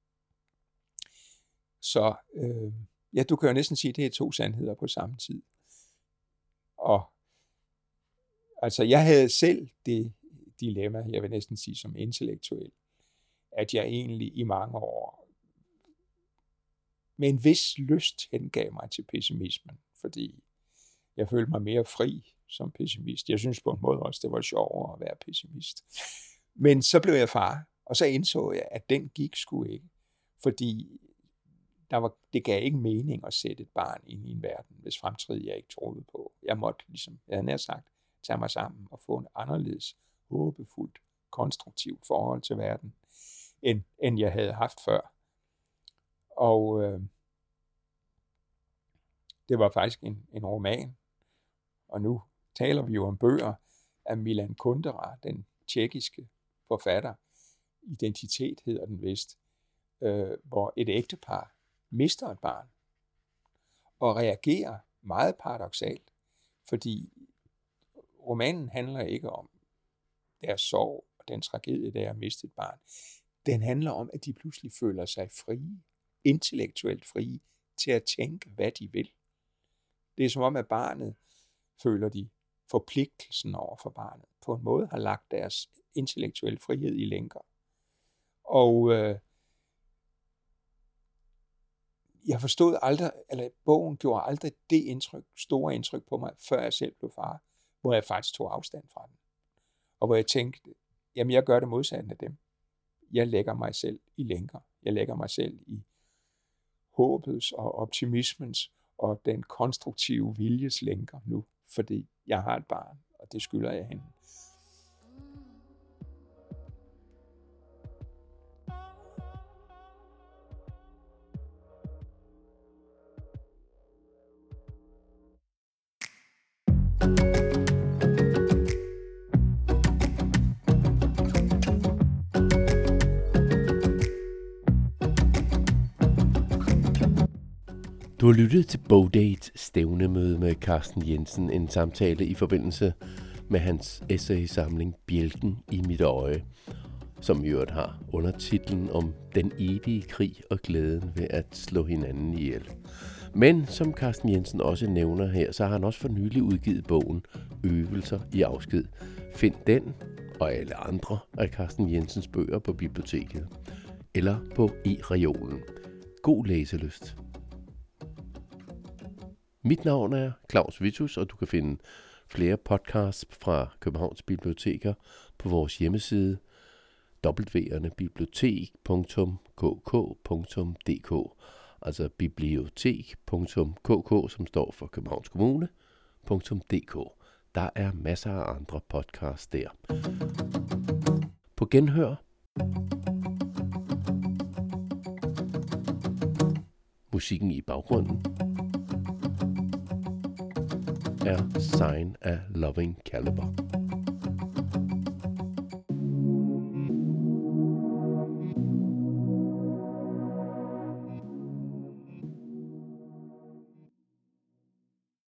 Så øh, ja, du kan jo næsten sige, at det er to sandheder på samme tid. Og altså, jeg havde selv det dilemma, jeg vil næsten sige som intellektuel, at jeg egentlig i mange år med en vis lyst hengav mig til pessimismen, fordi jeg følte mig mere fri som pessimist. Jeg synes på en måde også, det var sjovere at være pessimist. Men så blev jeg far, og så indså jeg, at den gik sgu ikke, fordi der var, det gav ikke mening at sætte et barn ind i en verden, hvis fremtid jeg ikke troede på. Jeg måtte, ligesom jeg havde nær sagt, tage mig sammen og få en anderledes, håbefuldt, konstruktivt forhold til verden, end, end jeg havde haft før. Og øh, det var faktisk en, en roman, og nu taler vi jo om bøger af Milan Kundera, den tjekkiske forfatter. Identitet hedder den vist, øh, hvor et ægtepar mister et barn og reagerer meget paradoksalt, fordi romanen handler ikke om deres sorg og den tragedie, der er at miste et barn. Den handler om, at de pludselig føler sig frie, intellektuelt frie, til at tænke, hvad de vil. Det er som om, at barnet føler de forpligtelsen over for barnet. På en måde har lagt deres intellektuelle frihed i lænker. Og øh, jeg forstod aldrig, eller bogen gjorde aldrig det indtryk, store indtryk på mig, før jeg selv blev far, hvor jeg faktisk tog afstand fra den. Og hvor jeg tænkte, jamen jeg gør det modsatte af dem. Jeg lægger mig selv i lænker. Jeg lægger mig selv i håbets og optimismens og den konstruktive viljes lænker nu, fordi jeg har et barn, og det skylder jeg hende. Du har lyttet til Bogdate stævnemøde med Carsten Jensen, en samtale i forbindelse med hans essaysamling Bjælken i mit øje, som i øvrigt har undertitlen om den evige krig og glæden ved at slå hinanden ihjel. Men som Carsten Jensen også nævner her, så har han også for nylig udgivet bogen Øvelser i afsked. Find den og alle andre af Carsten Jensens bøger på biblioteket eller på e-reolen. God læselyst. Mit navn er Claus Vitus, og du kan finde flere podcasts fra Københavns Biblioteker på vores hjemmeside w w w punktum bibliotek punktum k k punktum d k, altså bibliotek punktum k k, som står for Københavns Kommune, .dk. Der er masser af andre podcasts der. På genhør. musikken i baggrunden er Sign a Loving Caliber.